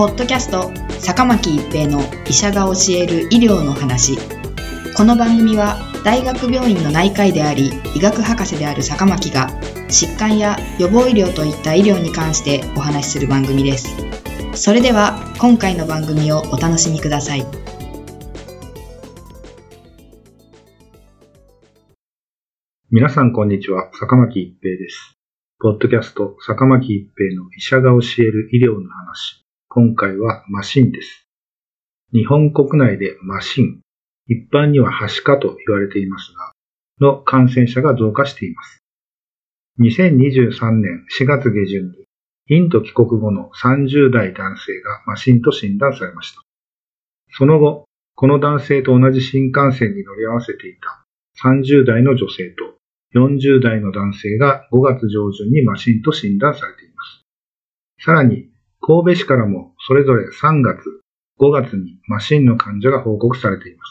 ポッドキャスト坂巻一平の医者が教える医療の話。この番組は大学病院の内科医であり医学博士である坂巻が疾患や予防医療といった医療に関してお話しする番組です。それでは今回の番組をお楽しみください。 皆さんこんにちは、坂巻一平です。ポッドキャスト坂巻一平の医者が教える医療の話。今回は麻疹です。日本国内で麻疹、一般にははしかと言われていますが、の感染者が増加しています。2023年4月下旬に、インド帰国後の30代男性が麻疹と診断されました。その後、この男性と同じ新幹線に乗り合わせていた30代の女性と40代の男性が5月上旬に麻疹と診断されています。さらに、神戸市からもそれぞれ3月、5月に麻疹の患者が報告されています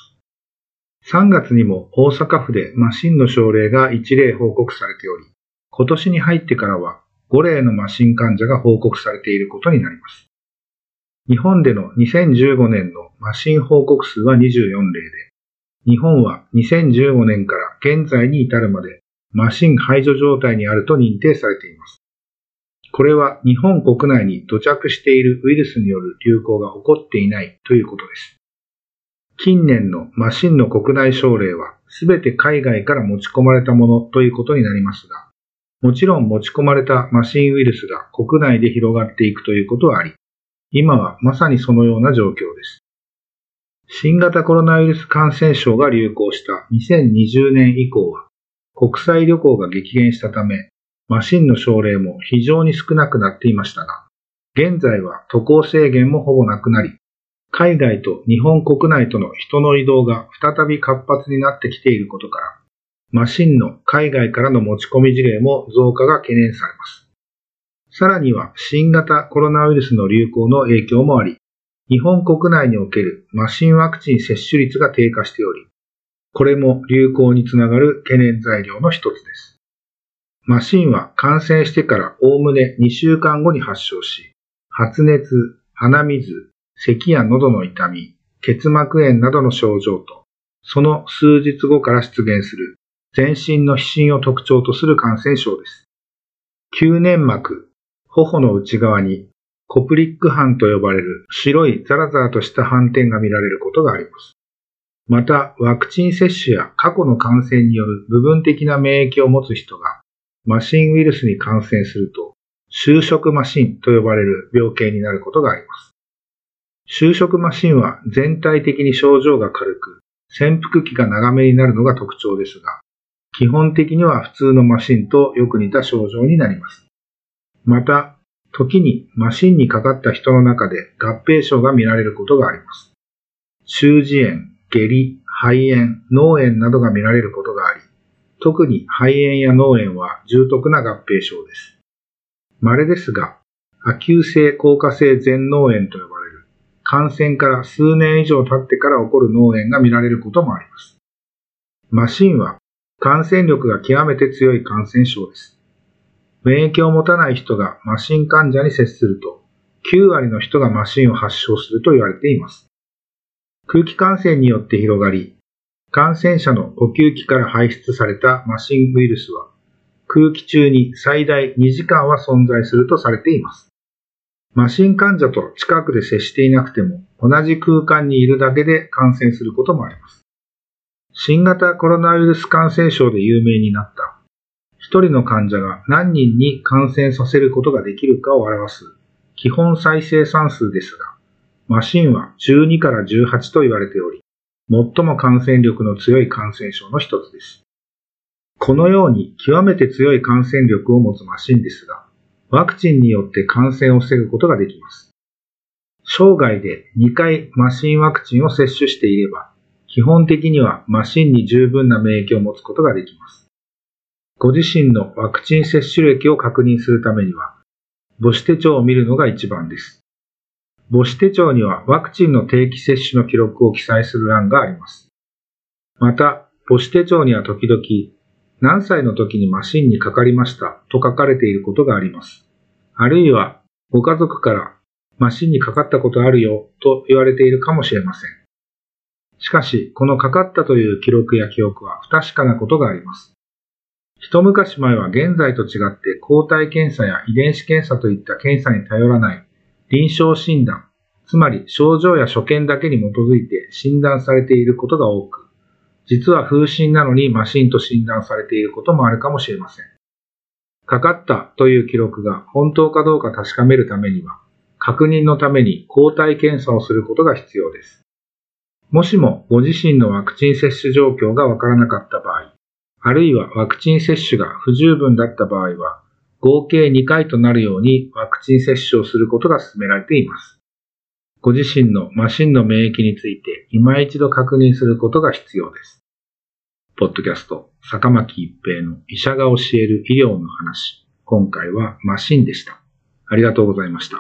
。3月にも大阪府で麻疹の症例が1例報告されており、今年に入ってからは5例の麻疹患者が報告されていることになります。日本での2015年の麻疹報告数は24例で、日本は2015年から現在に至るまで麻疹排除状態にあると認定されています。これは日本国内に土着しているウイルスによる流行が起こっていないということです。近年の麻疹の国内症例はすべて海外から持ち込まれたものということになりますが、もちろん持ち込まれた麻疹ウイルスが国内で広がっていくということはあり、今はまさにそのような状況です。新型コロナウイルス感染症が流行した2020年以降は、国際旅行が激減したため、麻疹の症例も非常に少なくなっていましたが、現在は渡航制限もほぼなくなり、海外と日本国内との人の移動が再び活発になってきていることから、麻疹の海外からの持ち込み事例も増加が懸念されます。さらには新型コロナウイルスの流行の影響もあり、日本国内における麻疹ワクチン接種率が低下しており、これも流行につながる懸念材料の一つです。麻疹は感染してからおおむね2週間後に発症し、発熱、鼻水、咳や喉の痛み、結膜炎などの症状と、その数日後から出現する全身の皮疹を特徴とする感染症です。吸粘膜、頬の内側にコプリック斑と呼ばれる白いザラザラとした斑点が見られることがあります。また、ワクチン接種や過去の感染による部分的な免疫を持つ人が麻疹ウイルスに感染すると、終色麻疹と呼ばれる病形になることがあります。終色麻疹は全体的に症状が軽く、潜伏期が長めになるのが特徴ですが、基本的には普通の麻疹とよく似た症状になります。また、時に麻疹にかかった人の中で合併症が見られることがあります。中耳炎、下痢、肺炎、脳炎などが見られることがあり、特に肺炎や脳炎は重篤な合併症です。稀ですが、亜急性硬化性全脳炎と呼ばれる、感染から数年以上経ってから起こる脳炎が見られることもあります。麻疹は感染力が極めて強い感染症です。免疫を持たない人が麻疹患者に接すると、9割の人が麻疹を発症すると言われています。空気感染によって広がり、感染者の呼吸器から排出された麻疹ウイルスは、空気中に最大2時間は存在するとされています。麻疹患者と近くで接していなくても、同じ空間にいるだけで感染することもあります。新型コロナウイルス感染症で有名になった、一人の患者が何人に感染させることができるかを表す基本再生産数ですが、麻疹は12から18と言われており、最も感染力の強い感染症の一つです。このように極めて強い感染力を持つ麻疹ですが、ワクチンによって感染を防ぐことができます。生涯で2回麻疹ワクチンを接種していれば、基本的には麻疹に十分な免疫を持つことができます。ご自身のワクチン接種歴を確認するためには、母子手帳を見るのが一番です。母子手帳にはワクチンの定期接種の記録を記載する欄があります。また、母子手帳には時々、何歳の時に麻疹にかかりましたと書かれていることがあります。あるいは、ご家族からマシンにかかったことあるよと言われているかもしれません。しかし、このかかったという記録や記憶は不確かなことがあります。一昔前は現在と違って抗体検査や遺伝子検査といった検査に頼らない臨床診断、つまり症状や所見だけに基づいて診断されていることが多く、実は風疹なのにマシンと診断されていることもあるかもしれません。かかったという記録が本当かどうか確かめるためには、確認のために抗体検査をすることが必要です。もしもご自身のワクチン接種状況がわからなかった場合、あるいはワクチン接種が不十分だった場合は、合計2回となるようにワクチン接種をすることが勧められています。ご自身のマシンの免疫について今一度確認することが必要です。ポッドキャスト、坂巻一平の医者が教える医療の話。今回はマシンでした。ありがとうございました。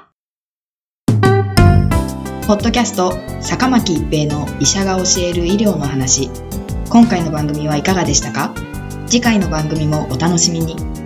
ポッドキャスト、坂巻一平の医者が教える医療の話。今回の番組はいかがでしたか？次回の番組もお楽しみに。